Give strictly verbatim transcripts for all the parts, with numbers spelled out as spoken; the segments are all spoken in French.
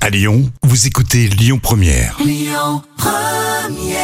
À Lyon, vous écoutez Lyon Première. Lyon Première.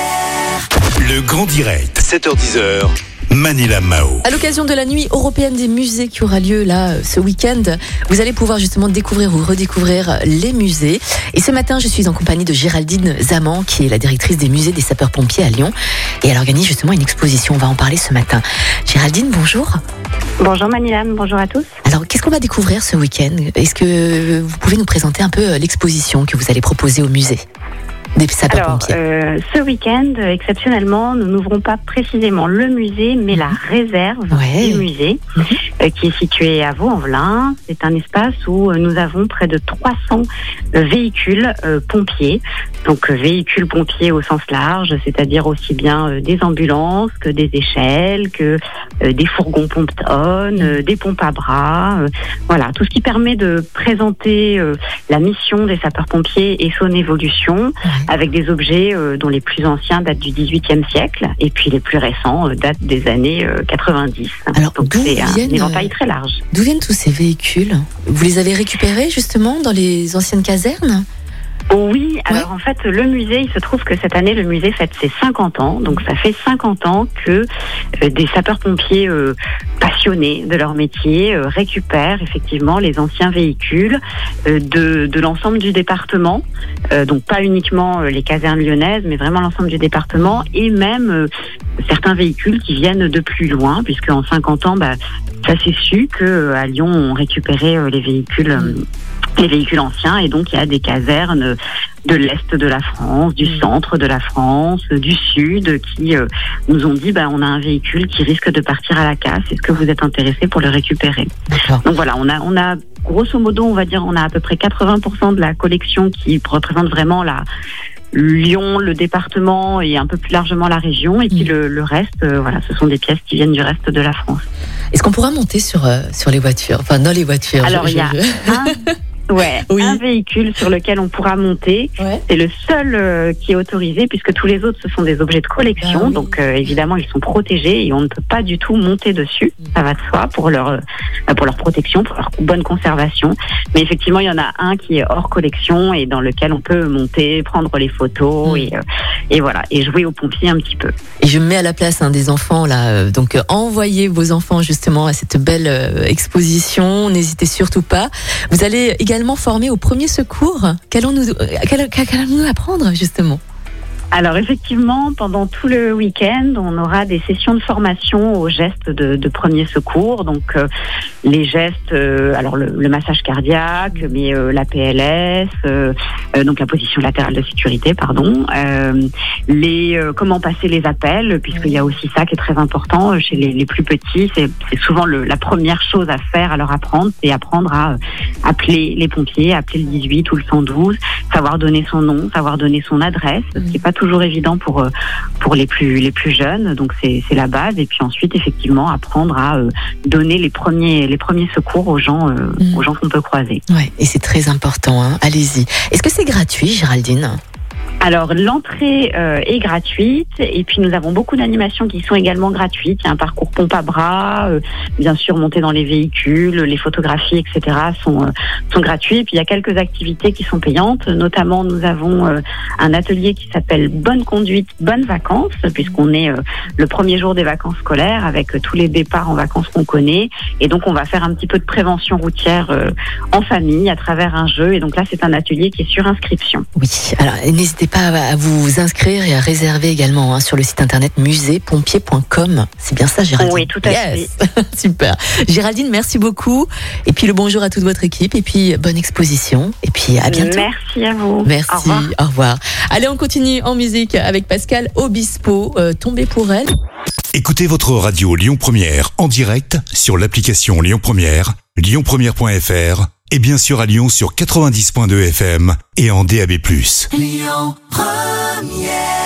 Le grand direct, sept heures dix, Manila Mao. À l'occasion de la nuit européenne des musées qui aura lieu là ce week-end, vous allez pouvoir justement découvrir ou redécouvrir les musées. Et ce matin, je suis en compagnie de Géraldine Zaman, qui est la directrice des musées des sapeurs-pompiers à Lyon. Et elle organise justement une exposition. On va en parler ce matin. Géraldine, bonjour. Bonjour Manila, bonjour à tous. Alors, qu'est-ce qu'on va découvrir ce week-end ? Est-ce que vous pouvez nous présenter un peu l'exposition que vous allez proposer au musée des sapeurs-pompiers ? Alors, euh, ce week-end, exceptionnellement, nous n'ouvrons pas précisément le musée, mais la réserve Ouais. du musée, Mhm. euh, qui est située à Vaux-en-Velin. C'est un espace où euh, nous avons près de trois cents euh, véhicules euh, pompiers. Donc, euh, véhicules pompiers au sens large, c'est-à-dire aussi bien euh, des ambulances que des échelles, que euh, des fourgons pompe-tonnes, euh, des pompes à bras. euh, voilà, tout ce qui permet de présenter euh, la mission des sapeurs-pompiers et son évolution, avec des objets euh, dont les plus anciens datent du dix-huitième siècle et puis les plus récents euh, datent des années euh, quatre-vingt-dix. Alors, Donc d'où c'est un viennent, éventail euh, très large. D'où viennent tous ces véhicules ? Vous les avez récupérés justement dans les anciennes casernes ? Oui, alors en fait, le musée, il se trouve que cette année, le musée fête ses cinquante ans. Donc ça fait cinquante ans que euh, des sapeurs-pompiers euh, passionnés de leur métier euh, récupèrent effectivement les anciens véhicules euh, de, de l'ensemble du département. Euh, donc pas uniquement euh, les casernes lyonnaises, mais vraiment l'ensemble du département et même euh, certains véhicules qui viennent de plus loin, puisque en cinquante ans, bah, ça s'est su que euh, à Lyon, on récupérait euh, les véhicules... Euh, les véhicules anciens, et donc il y a des casernes de l'Est de la France, du centre de la France, du Sud, qui euh, nous ont dit bah, on a un véhicule qui risque de partir à la casse, est-ce que vous êtes intéressés pour le récupérer ? D'accord. Donc voilà, on a, on a grosso modo, on va dire, on a à peu près quatre-vingts pour cent de la collection qui représente vraiment la Lyon, le département et un peu plus largement la région, et puis Mmh. le, le reste, euh, voilà, ce sont des pièces qui viennent du reste de la France. Est-ce qu'on pourra monter sur, euh, sur les voitures ? Enfin, dans les voitures. Alors je- il y a je- un... Ouais, Oui. un véhicule sur lequel on pourra monter. Ouais. C'est le seul euh, qui est autorisé, puisque tous les autres, ce sont des objets de collection. Ah oui. Donc, euh, évidemment, ils sont protégés et on ne peut pas du tout monter dessus. Ça va de soi pour leur, euh, pour leur protection, pour leur bonne conservation. Mais effectivement, il y en a un qui est hors collection et dans lequel on peut monter, prendre les photos Mm. et, euh, et voilà, et jouer aux pompiers un petit peu. Et je me mets à la place hein, des enfants là. euh, Donc, euh, envoyez vos enfants justement à cette belle euh, exposition. N'hésitez surtout pas. Vous allez également former au premier secours. Qu'allons-nous, euh, qu'allons- qu'allons-nous apprendre justement ? Alors effectivement, pendant tout le week-end, on aura des sessions de formation aux gestes de, de premier secours. Donc euh, les gestes, euh, alors le, le massage cardiaque, mais euh, la P L S, euh, euh, donc la position latérale de sécurité, pardon. Euh, les euh, comment passer les appels, puisqu'il y a aussi ça qui est très important chez les, les plus petits. C'est, c'est souvent le, la première chose à faire, à leur apprendre, c'est apprendre à euh, appeler les pompiers, appeler le dix-huit ou le cent douze, savoir donner son nom, savoir donner son adresse, ce qui n'est pas toujours évident pour euh, pour les plus les plus jeunes, donc c'est c'est la base. Et puis ensuite effectivement apprendre à euh, donner les premiers les premiers secours aux gens euh, Mm. aux gens qu'on peut croiser. Ouais, et c'est très important. Hein. Allez-y. Est-ce que c'est gratuit, Géraldine ? Alors l'entrée euh, est gratuite et puis nous avons beaucoup d'animations qui sont également gratuites. Il y a un parcours pompe à bras, euh, bien sûr monter dans les véhicules, les photographies, et cetera sont euh, sont gratuits. Et puis il y a quelques activités qui sont payantes. Notamment nous avons euh, un atelier qui s'appelle Bonne conduite, bonnes vacances, puisqu'on est euh, le premier jour des vacances scolaires avec euh, tous les départs en vacances qu'on connaît. Et donc on va faire un petit peu de prévention routière euh, en famille à travers un jeu. Et donc là c'est un atelier qui est sur inscription. Oui. Alors, n'hésitez pas à vous inscrire et à réserver également hein, sur le site internet musée pompier point com. C'est bien ça, Géraldine ? Oui, tout à yes. Super. Géraldine, merci beaucoup. Et puis le bonjour à toute votre équipe. Et puis bonne exposition. Et puis à bientôt. Merci à vous. Merci. Au revoir. Au revoir. Allez, on continue en musique avec Pascal Obispo. Euh, Tombé pour elle. Écoutez votre radio Lyon Première en direct sur l'application Lyon Première, lyon première point f r et bien sûr à Lyon sur quatre-vingt-dix point deux F M et en D A B plus. Lyon Première.